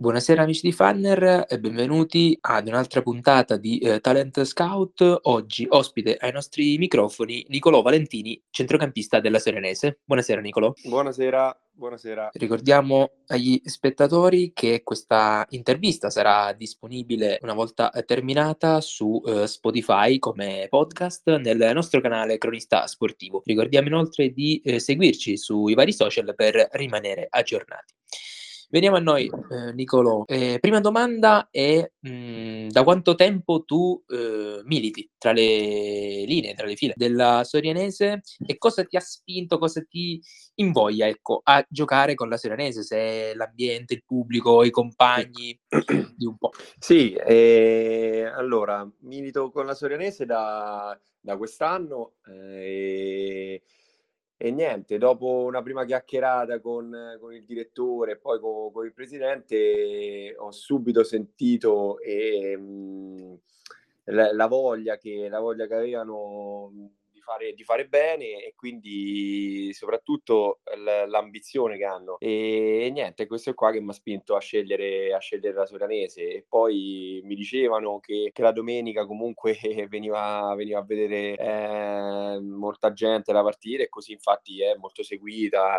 Buonasera amici di Fanner e benvenuti ad un'altra puntata di Talent Scout. Oggi ospite ai nostri microfoni Nicolò Valentini, centrocampista della Serenese. Buonasera Nicolò. Buonasera, buonasera. Ricordiamo agli spettatori che questa intervista sarà disponibile una volta terminata su Spotify come podcast nel nostro canale Cronista Sportivo. Ricordiamo inoltre di seguirci sui vari social per rimanere aggiornati. Veniamo a noi, Nicolò. Prima domanda è da quanto tempo tu militi tra le linee, tra le file della Sorianese e cosa ti ha spinto, cosa ti invoglia, ecco, a giocare con la Serenese, se l'ambiente, il pubblico, i compagni, di un po'. Sì, allora milito con la Sorianese da quest'anno e niente, dopo una prima chiacchierata con il direttore e poi con il presidente ho subito sentito la voglia che avevano di fare bene e quindi soprattutto l'ambizione che hanno. E niente, questo è qua che mi ha spinto a scegliere la Soranese. E poi mi dicevano che la domenica comunque veniva a vedere molta gente la partita e così infatti è molto seguita.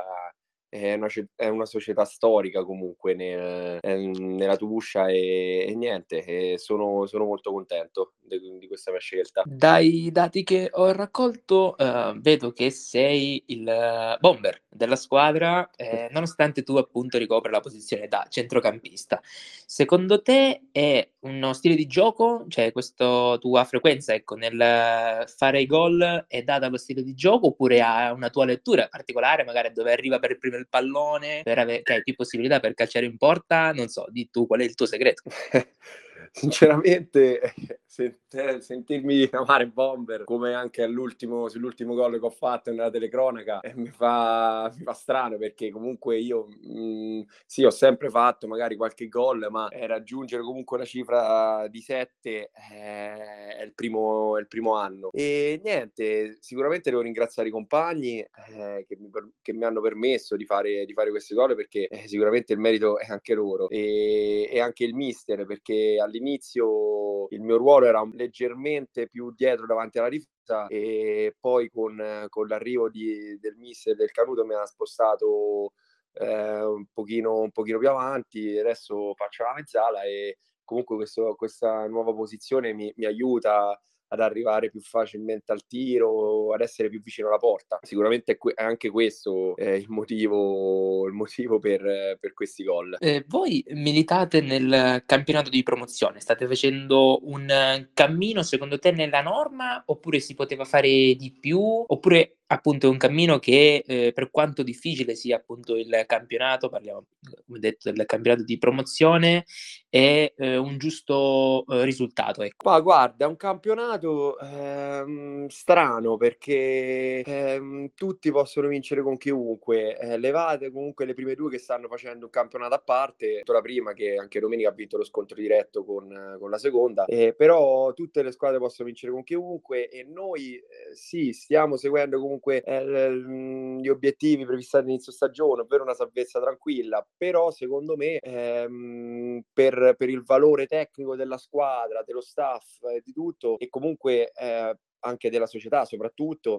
È una società storica comunque nella Tuscia e niente, sono molto contento di questa mia scelta. Dai dati che ho raccolto, vedo che sei il bomber della squadra, nonostante tu appunto ricopra la posizione da centrocampista. Secondo te è uno stile di gioco, cioè questa tua frequenza, ecco, nel fare i gol è data allo stile di gioco oppure ha una tua lettura particolare, magari dove arriva per primo il pallone, che hai più possibilità per calciare in porta? Non so, di tu qual è il tuo segreto? Sinceramente, sentirmi chiamare bomber come anche sull'ultimo gol che ho fatto nella telecronaca mi fa strano perché comunque io sì, ho sempre fatto magari qualche gol, ma raggiungere comunque la cifra di 7 è è il primo anno. E niente, sicuramente devo ringraziare i compagni che mi hanno permesso di fare questi gol perché sicuramente il merito è anche loro e anche il mister perché all'inizio il mio ruolo era leggermente più dietro davanti alla difesa e poi con l'arrivo del mister del Canuto mi ha spostato un pochino più avanti, adesso faccio la mezzala e comunque questa nuova posizione mi aiuta ad arrivare più facilmente al tiro, ad essere più vicino alla porta. Sicuramente è anche questo il motivo per questi gol. Voi militate nel campionato di promozione, state facendo un cammino secondo te nella norma oppure si poteva fare di più? Oppure appunto è un cammino che per quanto difficile sia appunto il campionato, parliamo come detto del campionato di promozione, è un giusto risultato, ecco. Ma guarda, è un campionato strano perché tutti possono vincere con chiunque. Levate comunque le prime due che stanno facendo un campionato a parte, la prima che anche domenica ha vinto lo scontro diretto con la seconda, però tutte le squadre possono vincere con chiunque e noi sì, stiamo seguendo comunque gli obiettivi prefissati all'inizio stagione, ovvero una salvezza tranquilla, però secondo me per il valore tecnico della squadra, dello staff e di tutto e comunque anche della società soprattutto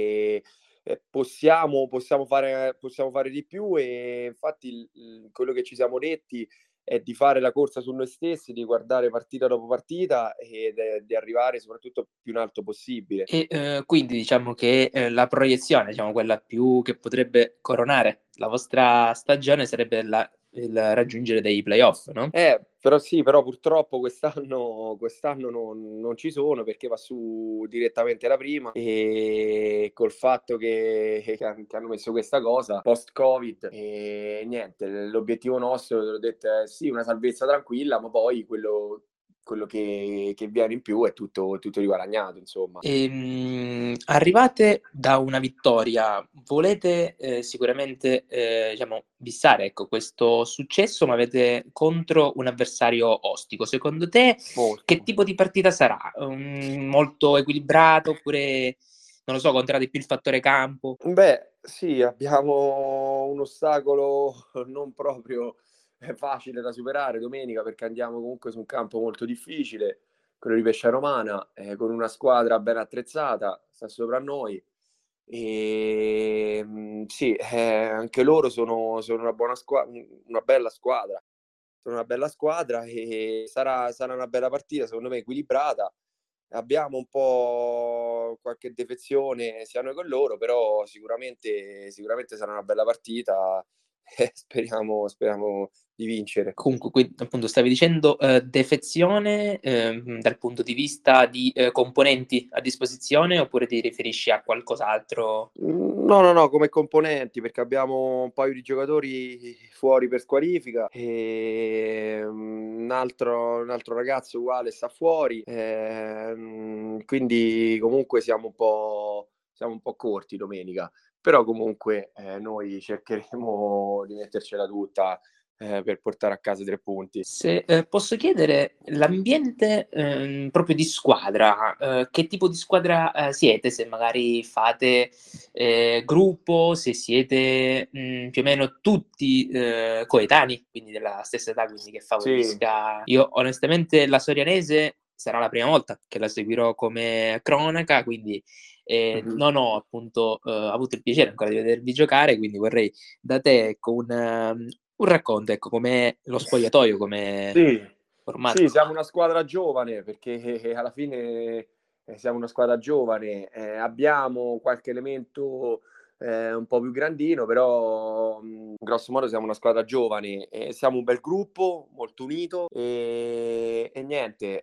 possiamo fare di più e infatti quello che ci siamo detti è di fare la corsa su noi stessi, di guardare partita dopo partita e di arrivare soprattutto più in alto possibile. E quindi diciamo che la proiezione, diciamo quella più che potrebbe coronare la vostra stagione sarebbe il raggiungere dei playoff, no? Però sì, però purtroppo quest'anno non ci sono perché va su direttamente la prima e col fatto che hanno messo questa cosa post-Covid e niente, l'obiettivo nostro, te l'ho detto, è sì, una salvezza tranquilla, ma poi quello che viene in più è tutto riguadagnato, insomma. Arrivate da una vittoria, volete sicuramente diciamo, bissare ecco, questo successo, ma avete contro un avversario ostico. Secondo te che Molto. tipo di partita sarà? Molto equilibrato oppure, non lo so, conterà di più il fattore campo? Beh, sì, abbiamo un ostacolo non proprio è facile da superare domenica, perché andiamo comunque su un campo molto difficile, quello di Pescia Romana, con una squadra ben attrezzata, sta sopra noi. E sì, anche loro sono una bella squadra. Sono una bella squadra e sarà una bella partita, secondo me equilibrata. Abbiamo un po' qualche defezione sia noi che loro, però sicuramente sarà una bella partita e speriamo di vincere. Comunque, appunto, stavi dicendo defezione dal punto di vista di componenti a disposizione oppure ti riferisci a qualcos'altro? No, come componenti, perché abbiamo un paio di giocatori fuori per squalifica e un altro ragazzo uguale sta fuori, quindi comunque siamo un po' corti domenica, però comunque noi cercheremo di mettercela tutta per portare a casa 3 punti. Se posso chiedere, l'ambiente proprio di squadra, che tipo di squadra siete? Se magari fate gruppo, se siete più o meno tutti coetanei, quindi della stessa età, quindi che Sì. favorisca. Io onestamente la Sorianese sarà la prima volta che la seguirò come cronaca, quindi Mhm. non ho appunto avuto il piacere ancora di vedervi giocare, quindi vorrei da te, ecco, un racconto, ecco, com'è lo spogliatoio, com'è Sì, formato. sì, siamo una squadra giovane perché alla fine siamo una squadra giovane, abbiamo qualche elemento un po' più grandino, però grosso modo siamo una squadra giovane e siamo un bel gruppo, molto unito e niente,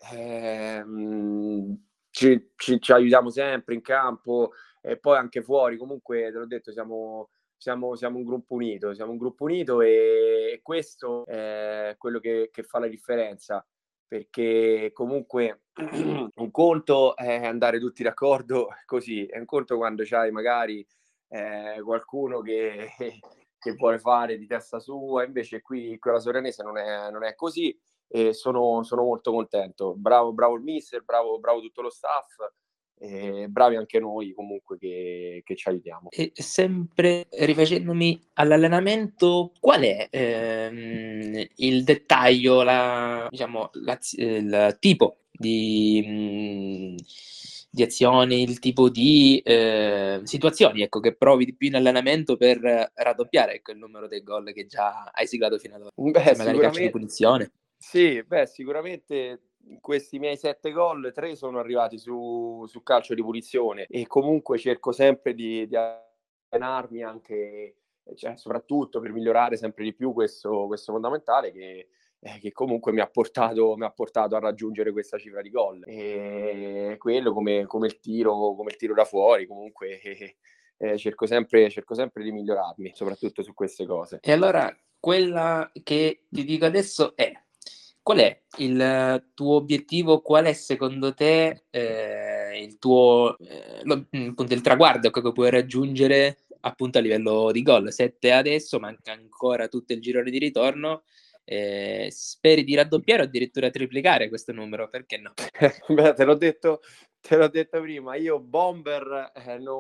ci aiutiamo sempre in campo e poi anche fuori, comunque te l'ho detto, siamo un gruppo unito e questo è quello che fa la differenza, perché comunque un conto è andare tutti d'accordo così, è un conto quando c'hai magari qualcuno che vuole fare di testa sua, invece qui la Soranese non è così e sono molto contento. Bravo il mister, bravo tutto lo staff e bravi anche noi comunque che ci aiutiamo. E sempre rifacendomi all'allenamento, qual è il dettaglio, diciamo, il tipo di azioni, il tipo di situazioni, ecco, che provi di più in allenamento per raddoppiare, ecco, il numero dei gol che già hai siglato fino ad ora? Beh, Se magari calcio di sicuramente punizione. sì, beh, sicuramente in questi miei 7 gol, 3 sono arrivati su calcio di punizione e comunque cerco sempre di allenarmi anche, cioè soprattutto per migliorare sempre di più questo fondamentale che comunque mi ha portato a raggiungere questa cifra di gol. Quello come il tiro da fuori, comunque, cerco sempre di migliorarmi, soprattutto su queste cose. E allora quella che ti dico adesso è: qual è il tuo obiettivo? Qual è secondo te, il tuo appunto il traguardo, ecco, che puoi raggiungere appunto a livello di gol? 7 adesso, manca ancora tutto il girone di ritorno. Speri di raddoppiare o addirittura triplicare questo numero? Perché no? Beh, te l'ho detto prima, io bomber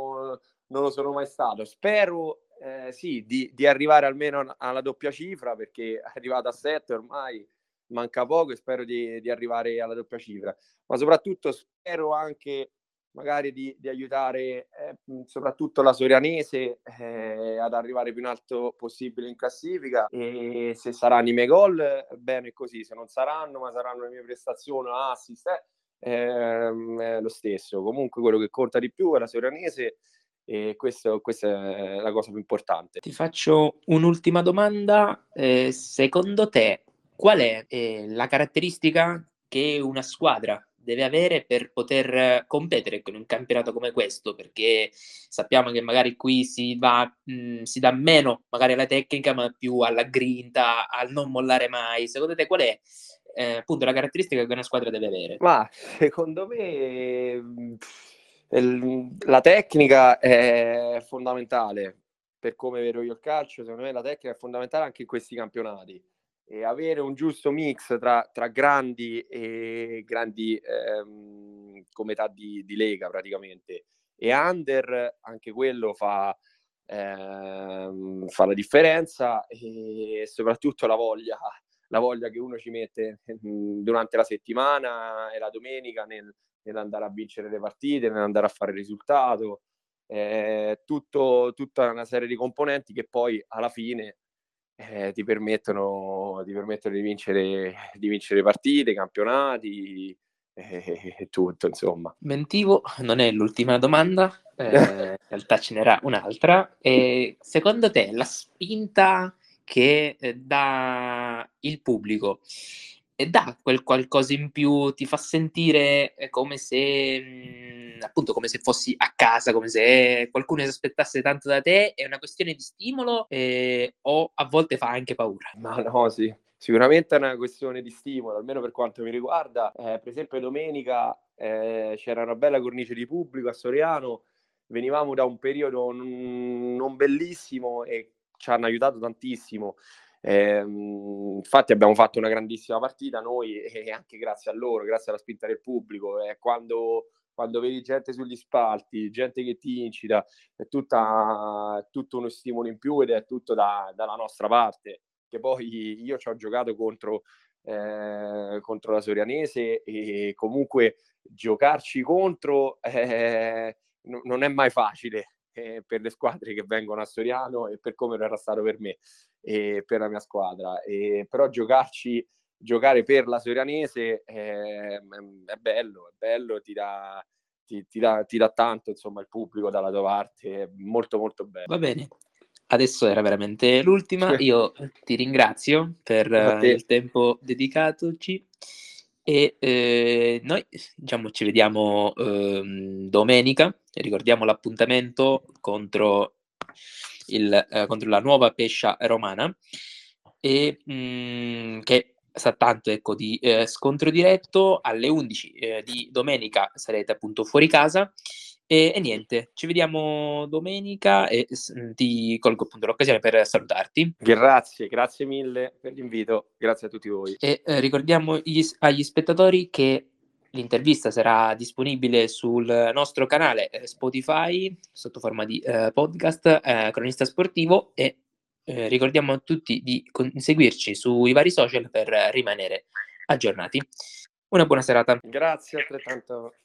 non lo sono mai stato. Spero sì, di arrivare almeno alla doppia cifra, perché è arrivato a 7 ormai, manca poco e spero di arrivare alla doppia cifra. Ma soprattutto spero anche magari di aiutare soprattutto la Sorianese ad arrivare più in alto possibile in classifica e se saranno i miei gol, bene così, se non saranno, ma saranno le mie prestazioni, assist, è lo stesso. Comunque quello che conta di più è la Sorianese e questa è la cosa più importante. Ti faccio un'ultima domanda. Secondo te, qual è, la caratteristica che una squadra deve avere per poter competere con un campionato come questo? Perché sappiamo che magari qui si dà meno magari alla tecnica, ma più alla grinta, al non mollare mai. Secondo te qual è, appunto la caratteristica che una squadra deve avere? Ma secondo me, la tecnica è fondamentale. Per come vedo io il calcio, secondo me la tecnica è fondamentale anche in questi campionati. E avere un giusto mix tra grandi e grandi, come età di lega praticamente, e under, anche quello fa fa la differenza, e soprattutto la voglia che uno ci mette durante la settimana e la domenica nell'andare a vincere le partite, nell'andare a fare il risultato. Tutta una serie di componenti che poi alla fine ti permettono di vincere partite, campionati e tutto, insomma. Mentivo, non è l'ultima domanda, in realtà ce n'era un'altra. Secondo te la spinta che dà il pubblico dà quel qualcosa in più, ti fa sentire come se, appunto, come se fossi a casa, come se qualcuno si aspettasse tanto da te? È una questione di stimolo o a volte fa anche paura? No, sì. Sicuramente è una questione di stimolo, almeno per quanto mi riguarda. Per esempio domenica c'era una bella cornice di pubblico a Soriano, venivamo da un periodo non bellissimo e ci hanno aiutato tantissimo. Infatti abbiamo fatto una grandissima partita noi e anche grazie a loro, grazie alla spinta del pubblico. Quando vedi gente sugli spalti, gente che ti incita, è tutto uno stimolo in più ed è tutto dalla nostra parte. Che poi io ci ho giocato contro la Sorianese e comunque giocarci contro non è mai facile per le squadre che vengono a Soriano e per come era stato per me e per la mia squadra. Però giocare per la Sorianese è bello, ti dà tanto, insomma, il pubblico dalla tua parte, è molto molto bello. Va bene, adesso era veramente l'ultima. Io ti ringrazio per A te. il tempo dedicatoci e noi diciamo ci vediamo domenica. Ricordiamo l'appuntamento contro la nuova Pescia Romana e che sa tanto, ecco, di scontro diretto alle 11 di domenica sarete appunto fuori casa. E niente, ci vediamo domenica e ti colgo appunto l'occasione per salutarti. Grazie mille per l'invito, grazie a tutti voi. E ricordiamo agli spettatori che l'intervista sarà disponibile sul nostro canale Spotify sotto forma di podcast, Cronista Sportivo, e ricordiamo a tutti di seguirci sui vari social per rimanere aggiornati. Una buona serata. Grazie altrettanto.